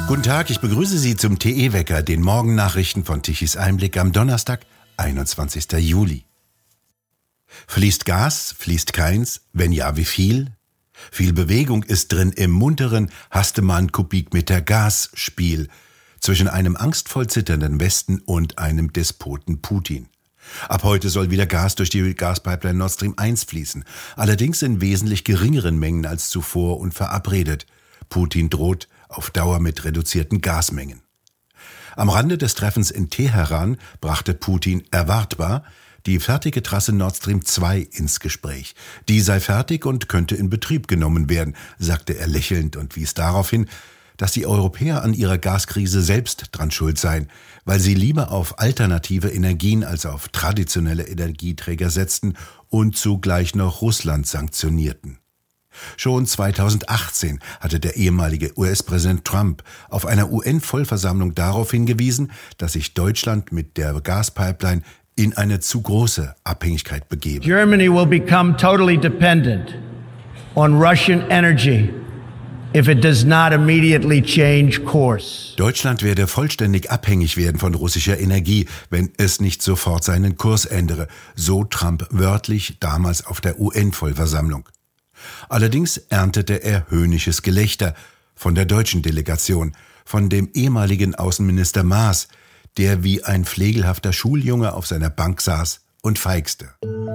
Guten Tag, ich begrüße Sie zum TE-Wecker, den Morgennachrichten von Tichys Einblick am Donnerstag, 21. Juli. Fließt Gas, fließt keins? Wenn ja, wie viel? Viel Bewegung ist drin im munteren Hastemann-Kubikmeter Gasspiel zwischen einem angstvoll zitternden Westen und einem Despoten Putin. Ab heute soll wieder Gas durch die Gaspipeline Nord Stream 1 fließen, allerdings in wesentlich geringeren Mengen als zuvor und verabredet. Putin droht auf Dauer mit reduzierten Gasmengen. Am Rande des Treffens in Teheran brachte Putin erwartbar die fertige Trasse Nord Stream 2 ins Gespräch. Die sei fertig und könnte in Betrieb genommen werden, sagte er lächelnd und wies darauf hin, dass die Europäer an ihrer Gaskrise selbst dran schuld seien, weil sie lieber auf alternative Energien als auf traditionelle Energieträger setzten und zugleich noch Russland sanktionierten. Schon 2018 hatte der ehemalige US-Präsident Trump auf einer UN-Vollversammlung darauf hingewiesen, dass sich Deutschland mit der Gaspipeline in eine zu große Abhängigkeit begebe. Germany will become totally dependent on Russian energy if it does not immediately change course. Deutschland werde vollständig abhängig werden von russischer Energie, wenn es nicht sofort seinen Kurs ändere, so Trump wörtlich damals auf der UN-Vollversammlung. Allerdings erntete er höhnisches Gelächter von der deutschen Delegation, von dem ehemaligen Außenminister Maas, der wie ein pflegelhafter Schuljunge auf seiner Bank saß und feixte.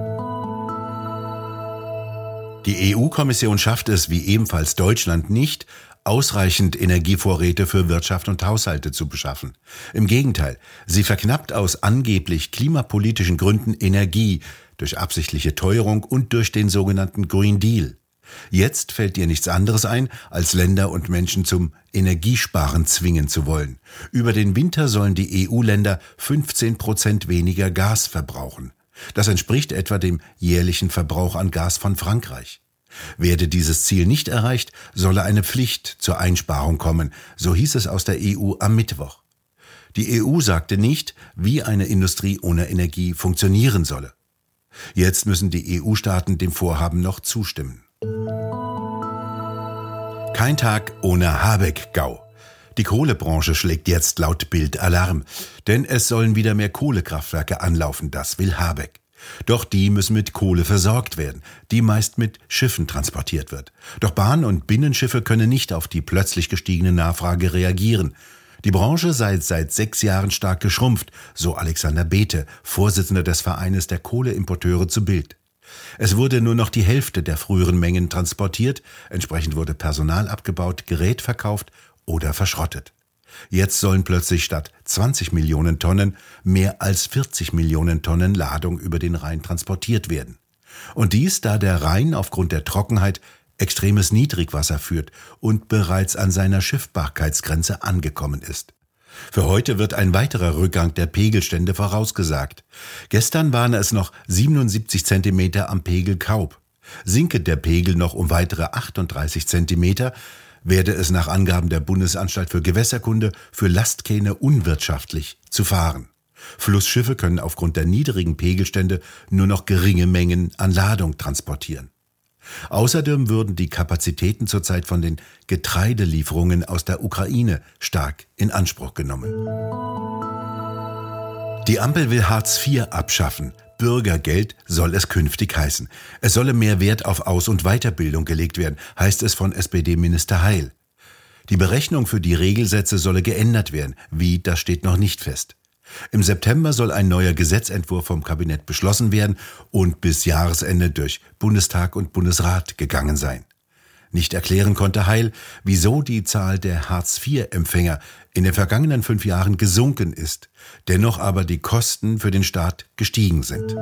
Die EU-Kommission schafft es, wie ebenfalls Deutschland, nicht, ausreichend Energievorräte für Wirtschaft und Haushalte zu beschaffen. Im Gegenteil, sie verknappt aus angeblich klimapolitischen Gründen Energie durch absichtliche Teuerung und durch den sogenannten Green Deal. Jetzt fällt ihr nichts anderes ein, als Länder und Menschen zum Energiesparen zwingen zu wollen. Über den Winter sollen die EU-Länder 15% weniger Gas verbrauchen. Das entspricht etwa dem jährlichen Verbrauch an Gas von Frankreich. Werde dieses Ziel nicht erreicht, solle eine Pflicht zur Einsparung kommen, so hieß es aus der EU am Mittwoch. Die EU sagte nicht, wie eine Industrie ohne Energie funktionieren solle. Jetzt müssen die EU-Staaten dem Vorhaben noch zustimmen. Kein Tag ohne Habeck-Gau. Die Kohlebranche schlägt jetzt laut Bild Alarm, denn es sollen wieder mehr Kohlekraftwerke anlaufen, das will Habeck. Doch die müssen mit Kohle versorgt werden, die meist mit Schiffen transportiert wird. Doch Bahn- und Binnenschiffe können nicht auf die plötzlich gestiegene Nachfrage reagieren. Die Branche sei seit 6 Jahren stark geschrumpft, so Alexander Bethe, Vorsitzender des Vereines der Kohleimporteure zu Bild. Es wurde nur noch die Hälfte der früheren Mengen transportiert, entsprechend wurde Personal abgebaut, Gerät verkauft oder verschrottet. Jetzt sollen plötzlich statt 20 Millionen Tonnen mehr als 40 Millionen Tonnen Ladung über den Rhein transportiert werden. Und dies, da der Rhein aufgrund der Trockenheit extremes Niedrigwasser führt und bereits an seiner Schiffbarkeitsgrenze angekommen ist. Für heute wird ein weiterer Rückgang der Pegelstände vorausgesagt. Gestern waren es noch 77 Zentimeter am Pegel Kaub. Sinke der Pegel noch um weitere 38 Zentimeter, werde es nach Angaben der Bundesanstalt für Gewässerkunde für Lastkähne unwirtschaftlich zu fahren. Flussschiffe können aufgrund der niedrigen Pegelstände nur noch geringe Mengen an Ladung transportieren. Außerdem würden die Kapazitäten zurzeit von den Getreidelieferungen aus der Ukraine stark in Anspruch genommen. Die Ampel will Hartz IV abschaffen. Bürgergeld soll es künftig heißen. Es solle mehr Wert auf Aus- und Weiterbildung gelegt werden, heißt es von SPD-Minister Heil. Die Berechnung für die Regelsätze solle geändert werden. Wie, das steht noch nicht fest. Im September soll ein neuer Gesetzentwurf vom Kabinett beschlossen werden und bis Jahresende durch Bundestag und Bundesrat gegangen sein. Nicht erklären konnte Heil, wieso die Zahl der Hartz-IV-Empfänger in den vergangenen 5 Jahren gesunken ist, dennoch aber die Kosten für den Staat gestiegen sind.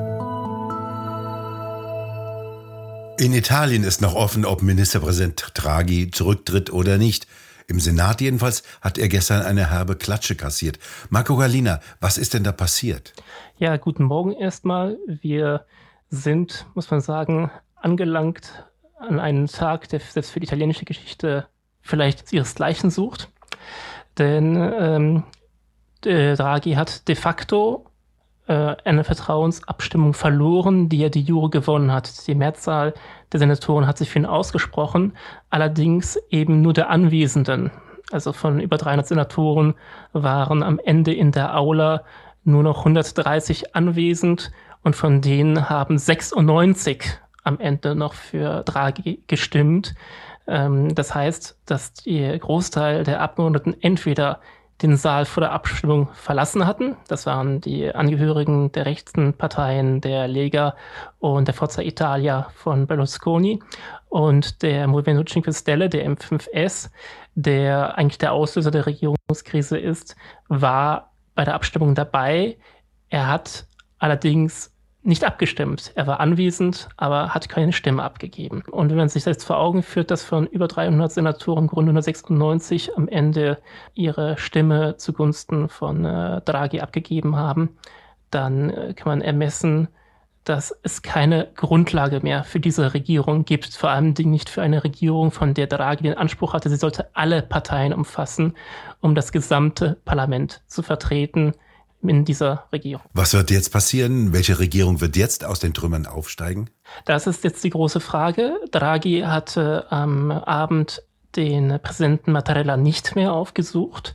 In Italien ist noch offen, ob Ministerpräsident Draghi zurücktritt oder nicht. Im Senat jedenfalls hat er gestern eine herbe Klatsche kassiert. Marco Gallina, was ist denn da passiert? Ja, guten Morgen erstmal. Wir sind, muss man sagen, angelangt an einen Tag, der selbst für die italienische Geschichte vielleicht ihresgleichen sucht. Denn Draghi hat de facto eine Vertrauensabstimmung verloren, die er de jure gewonnen hat. Die Mehrzahl der Senatoren hat sich für ihn ausgesprochen, allerdings eben nur der Anwesenden. Also von über 300 Senatoren waren am Ende in der Aula nur noch 130 anwesend und von denen haben 96 am Ende noch für Draghi gestimmt. Das heißt, dass der Großteil der Abgeordneten entweder den Saal vor der Abstimmung verlassen hatten. Das waren die Angehörigen der rechten Parteien, der Lega und der Forza Italia von Berlusconi. Und der Movimento Cinque Stelle, der M5S, der eigentlich der Auslöser der Regierungskrise ist, war bei der Abstimmung dabei. Er hat allerdings nicht abgestimmt. Er war anwesend, aber hat keine Stimme abgegeben. Und wenn man sich das jetzt vor Augen führt, dass von über 300 Senatoren im Grunde 196 am Ende ihre Stimme zugunsten von Draghi abgegeben haben, dann kann man ermessen, dass es keine Grundlage mehr für diese Regierung gibt. Vor allem nicht für eine Regierung, von der Draghi den Anspruch hatte, sie sollte alle Parteien umfassen, um das gesamte Parlament zu vertreten in dieser Regierung. Was wird jetzt passieren? Welche Regierung wird jetzt aus den Trümmern aufsteigen? Das ist jetzt die große Frage. Draghi hatte am Abend den Präsidenten Mattarella nicht mehr aufgesucht.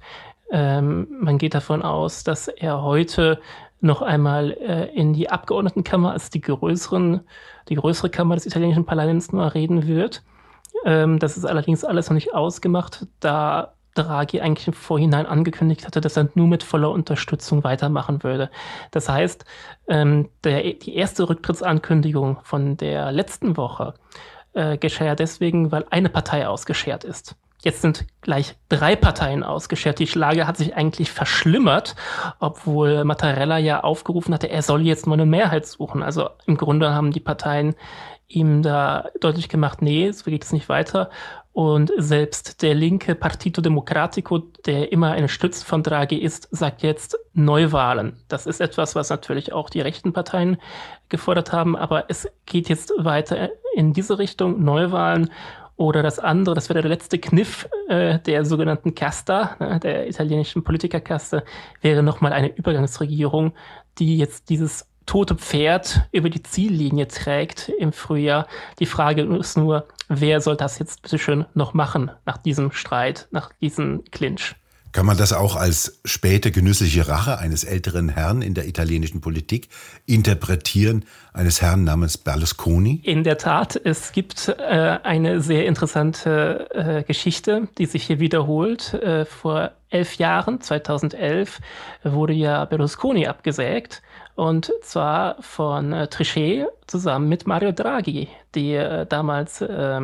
Man geht davon aus, dass er heute noch einmal in die Abgeordnetenkammer, also die größere Kammer des italienischen Parlaments, nur reden wird. Das ist allerdings alles noch nicht ausgemacht, da Draghi eigentlich im Vorhinein angekündigt hatte, dass er nur mit voller Unterstützung weitermachen würde. Das heißt, die erste Rücktrittsankündigung von der letzten Woche geschah ja deswegen, weil eine Partei ausgeschert ist. Jetzt sind gleich 3 Parteien ausgeschert. Die Lage hat sich eigentlich verschlimmert, obwohl Mattarella ja aufgerufen hatte, er soll jetzt mal eine Mehrheit suchen. Also im Grunde haben die Parteien ihm da deutlich gemacht, nee, so geht es nicht weiter. Und selbst der linke Partito Democratico, der immer eine Stütze von Draghi ist, sagt jetzt Neuwahlen. Das ist etwas, was natürlich auch die rechten Parteien gefordert haben, aber es geht jetzt weiter in diese Richtung, Neuwahlen. Oder das andere, das wäre der letzte Kniff der sogenannten Casta, der italienischen Politikerkaste, wäre nochmal eine Übergangsregierung, die jetzt dieses tote Pferd über die Ziellinie trägt im Frühjahr. Die Frage ist nur, wer soll das jetzt bitte schön noch machen nach diesem Streit, nach diesem Clinch? Kann man das auch als späte genüssliche Rache eines älteren Herrn in der italienischen Politik interpretieren, eines Herrn namens Berlusconi? In der Tat, es gibt eine sehr interessante Geschichte, die sich hier wiederholt. Vor 11 Jahren, 2011, wurde ja Berlusconi abgesägt. Und zwar von Trichet zusammen mit Mario Draghi, die damals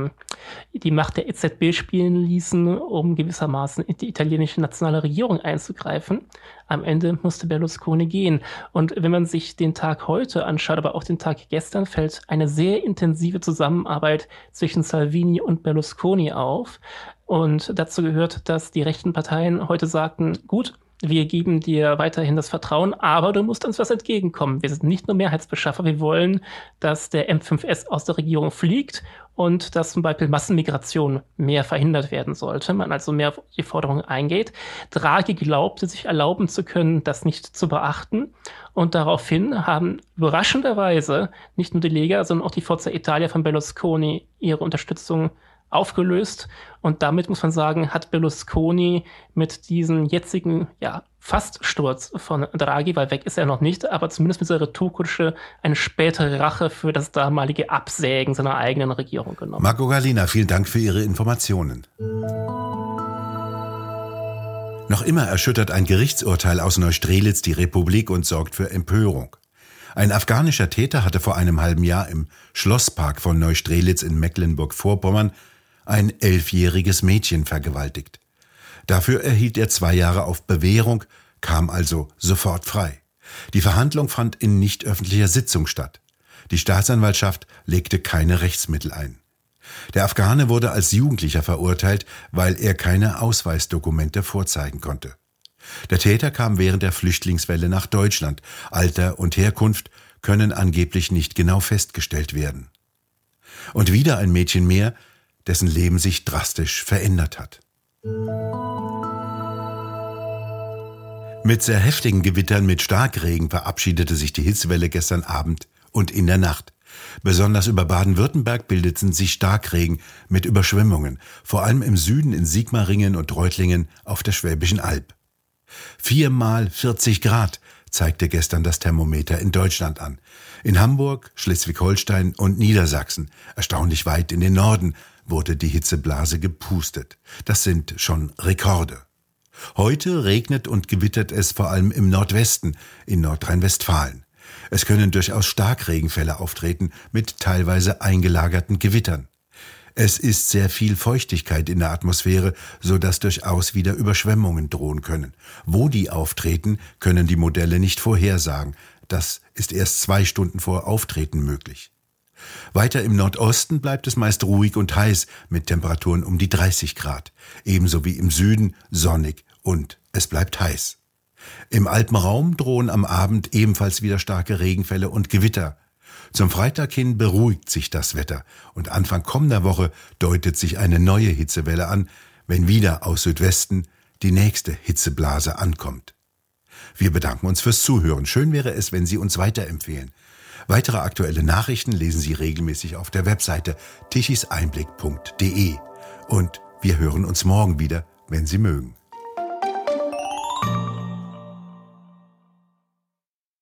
die Macht der EZB spielen ließen, um gewissermaßen in die italienische nationale Regierung einzugreifen. Am Ende musste Berlusconi gehen. Und wenn man sich den Tag heute anschaut, aber auch den Tag gestern, fällt eine sehr intensive Zusammenarbeit zwischen Salvini und Berlusconi auf. Und dazu gehört, dass die rechten Parteien heute sagten, gut, wir geben dir weiterhin das Vertrauen, aber du musst uns was entgegenkommen. Wir sind nicht nur Mehrheitsbeschaffer, wir wollen, dass der M5S aus der Regierung fliegt und dass zum Beispiel Massenmigration mehr verhindert werden sollte, man also mehr auf die Forderungen eingeht. Draghi glaubte, sich erlauben zu können, das nicht zu beachten. Und daraufhin haben überraschenderweise nicht nur die Lega, sondern auch die Forza Italia von Berlusconi ihre Unterstützung aufgelöst. Und damit muss man sagen, hat Berlusconi mit diesem jetzigen, Faststurz von Draghi, weil weg ist er noch nicht, aber zumindest mit dieser Retourkutsche eine spätere Rache für das damalige Absägen seiner eigenen Regierung genommen. Marco Gallina, vielen Dank für Ihre Informationen. Noch immer erschüttert ein Gerichtsurteil aus Neustrelitz die Republik und sorgt für Empörung. Ein afghanischer Täter hatte vor einem halben Jahr im Schlosspark von Neustrelitz in Mecklenburg-Vorpommern ein 11-jähriges Mädchen vergewaltigt. Dafür erhielt er 2 Jahre auf Bewährung, kam also sofort frei. Die Verhandlung fand in nicht öffentlicher Sitzung statt. Die Staatsanwaltschaft legte keine Rechtsmittel ein. Der Afghane wurde als Jugendlicher verurteilt, weil er keine Ausweisdokumente vorzeigen konnte. Der Täter kam während der Flüchtlingswelle nach Deutschland. Alter und Herkunft können angeblich nicht genau festgestellt werden. Und wieder ein Mädchen mehr, dessen Leben sich drastisch verändert hat. Mit sehr heftigen Gewittern mit Starkregen verabschiedete sich die Hitzewelle gestern Abend und in der Nacht. Besonders über Baden-Württemberg bildeten sich Starkregen mit Überschwemmungen, vor allem im Süden in Sigmaringen und Reutlingen auf der Schwäbischen Alb. 4 mal 40 Grad zeigte gestern das Thermometer in Deutschland an. In Hamburg, Schleswig-Holstein und Niedersachsen, erstaunlich weit in den Norden, wurde die Hitzeblase gepustet. Das sind schon Rekorde. Heute regnet und gewittert es vor allem im Nordwesten, in Nordrhein-Westfalen. Es können durchaus Starkregenfälle auftreten mit teilweise eingelagerten Gewittern. Es ist sehr viel Feuchtigkeit in der Atmosphäre, sodass durchaus wieder Überschwemmungen drohen können. Wo die auftreten, können die Modelle nicht vorhersagen. Das ist erst 2 Stunden vor Auftreten möglich. Weiter im Nordosten bleibt es meist ruhig und heiß mit Temperaturen um die 30 Grad. Ebenso wie im Süden sonnig und es bleibt heiß. Im Alpenraum drohen am Abend ebenfalls wieder starke Regenfälle und Gewitter. Zum Freitag hin beruhigt sich das Wetter und Anfang kommender Woche deutet sich eine neue Hitzewelle an, wenn wieder aus Südwesten die nächste Hitzeblase ankommt. Wir bedanken uns fürs Zuhören. Schön wäre es, wenn Sie uns weiterempfehlen. Weitere aktuelle Nachrichten lesen Sie regelmäßig auf der Webseite tichiseinblick.de. Und wir hören uns morgen wieder, wenn Sie mögen.